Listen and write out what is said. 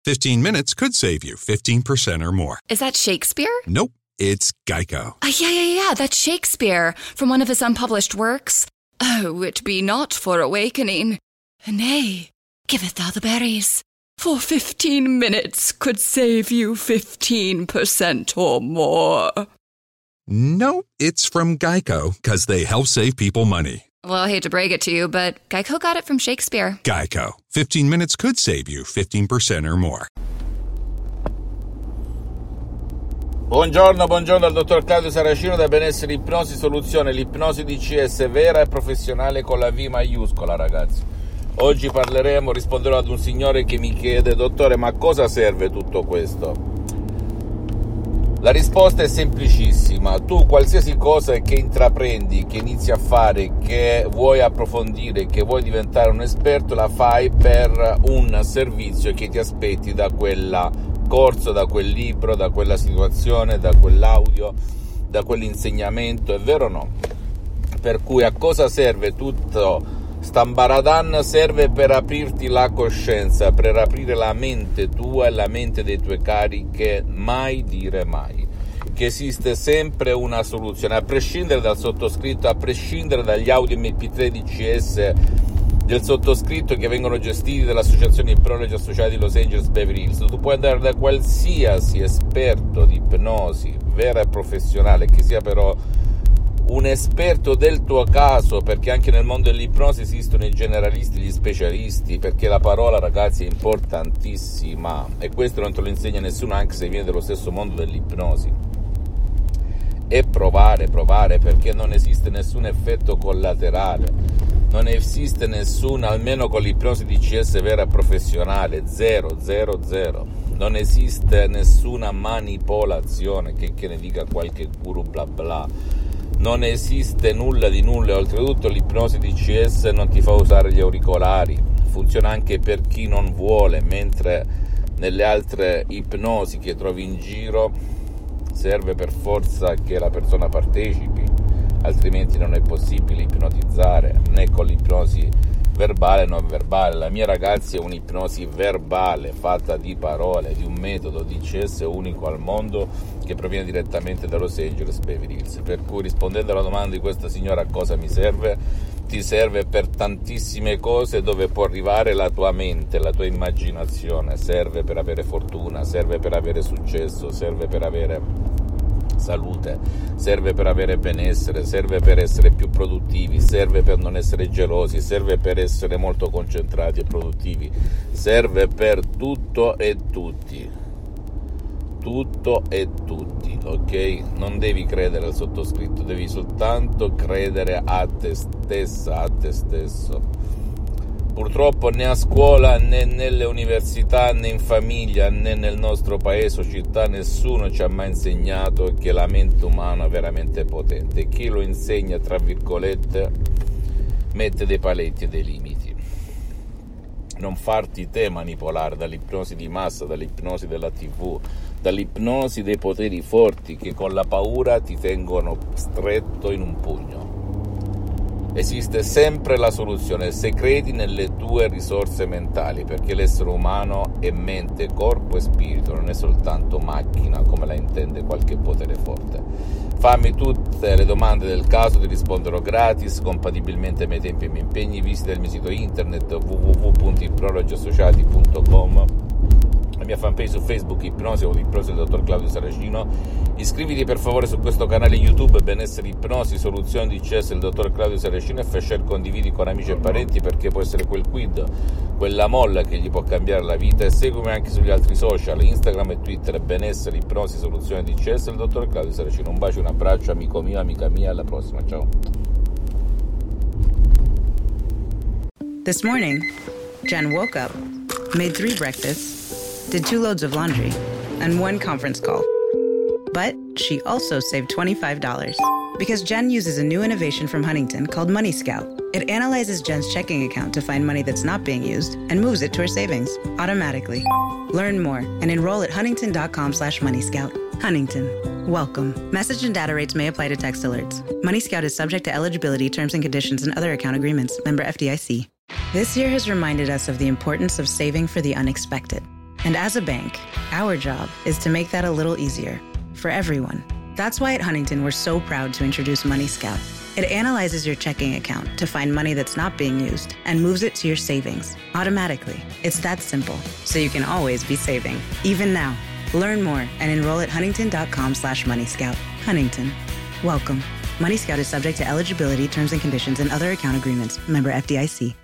15 minutes could save you 15% or more. Is that Shakespeare? Nope, it's Geico. Yeah, that's Shakespeare from one of his unpublished works. Oh, it be not for awakening. Nay, giveth thou the berries. For 15 minutes could save you 15% or more. Nope, it's from Geico, because they help save people money. Well, I hate to break it to you, but Geico got it from Shakespeare. Geico. 15 minutes could save you 15% or more. Buongiorno al dottor Claudio Saracino da Benessere Ipnosi Soluzione, l'ipnosi DCS vera e professionale con la V maiuscola, ragazzi. Oggi risponderò ad un signore che mi chiede: dottore, ma a cosa serve tutto questo? La risposta è semplicissima: tu qualsiasi cosa che intraprendi, che inizi a fare, che vuoi approfondire, che vuoi diventare un esperto, la fai per un servizio che ti aspetti da quel corso, da quel libro, da quella situazione, da quell'audio, da quell'insegnamento, è vero o no? Per cui a cosa serve tutto Stambaradan? Serve per aprirti la coscienza, per aprire la mente tua e la mente dei tuoi cari, che mai dire mai, che esiste sempre una soluzione, a prescindere dal sottoscritto, a prescindere dagli audio MP3 DCS del sottoscritto che vengono gestiti dall'associazione Ipnologi Associati di Los Angeles Beverly Hills. Tu puoi andare da qualsiasi esperto di ipnosi vera e professionale, che sia però un esperto del tuo caso, perché anche nel mondo dell'ipnosi esistono i generalisti, gli specialisti, perché la parola, ragazzi, è importantissima e questo non te lo insegna nessuno, anche se viene dello stesso mondo dell'ipnosi. E provare, perché non esiste nessun effetto collaterale, non esiste nessun, almeno con l'ipnosi DCS vera e professionale, zero. Non esiste nessuna manipolazione, che ne dica qualche guru bla bla. Non esiste nulla di nulla. Oltretutto l'ipnosi DCS non ti fa usare gli auricolari, funziona anche per chi non vuole, mentre nelle altre ipnosi che trovi in giro serve per forza che la persona partecipi, altrimenti non è possibile ipnotizzare, né con l'ipnosi verbale non verbale. La mia, ragazzi, è un'ipnosi verbale fatta di parole, di un metodo DCS unico al mondo che proviene direttamente da Los Angeles Beverly Hills. Per cui, rispondendo alla domanda di questa signora a cosa mi serve, ti serve per tantissime cose dove può arrivare la tua mente, la tua immaginazione. Serve per avere fortuna, serve per avere successo, serve per avere salute, serve per avere benessere, serve per essere più produttivi, serve per non essere gelosi, serve per essere molto concentrati e produttivi, serve per tutto e tutti, ok? Non devi credere al sottoscritto, devi soltanto credere a te stessa, a te stesso. Purtroppo né a scuola, né nelle università, né in famiglia, né nel nostro paese o città nessuno ci ha mai insegnato che la mente umana è veramente potente. Chi lo insegna, tra virgolette, mette dei paletti e dei limiti. Non farti te manipolare dall'ipnosi di massa, dall'ipnosi della TV, dall'ipnosi dei poteri forti che con la paura ti tengono stretto in un pugno. Esiste sempre la soluzione se credi nelle tue risorse mentali, perché l'essere umano è mente, corpo e spirito, non è soltanto macchina come la intende qualche potere forte. Fammi tutte le domande del caso, ti risponderò gratis, compatibilmente ai miei tempi e ai miei impegni. Visita il mio sito internet www.ipnologiassociati.com, la mia fanpage su Facebook Ipnosi o Ipnosi del dottor Claudio Saracino. Iscriviti per favore su questo canale YouTube Benessere Ipnosi Soluzioni DCS del dottor Claudio Saracino e fai share, condividi con amici e parenti, perché può essere quel quid, quella molla che gli può cambiare la vita. E seguimi anche sugli altri social, Instagram e Twitter, Benessere Ipnosi Soluzioni DCS del dottor Claudio Saracino. Un bacio, un abbraccio, amico mio, amica mia, alla prossima, ciao. This morning, Jen woke up, made 3 breakfasts, did 2 loads of laundry, and 1 conference call. But she also saved $25 because Jen uses a new innovation from Huntington called Money Scout. It analyzes Jen's checking account to find money that's not being used and moves it to her savings automatically. Learn more and enroll at huntington.com/moneyscout. Huntington. Welcome. Message and data rates may apply to text alerts. Money Scout is subject to eligibility, terms and conditions, and other account agreements. Member FDIC. This year has reminded us of the importance of saving for the unexpected. And as a bank, our job is to make that a little easier for everyone. That's why at Huntington, we're so proud to introduce Money Scout. It analyzes your checking account to find money that's not being used and moves it to your savings automatically. It's that simple, so you can always be saving, even now. Learn more and enroll at huntington.com/moneyscout. Huntington. Welcome. Money Scout is subject to eligibility, terms and conditions, and other account agreements. Member FDIC.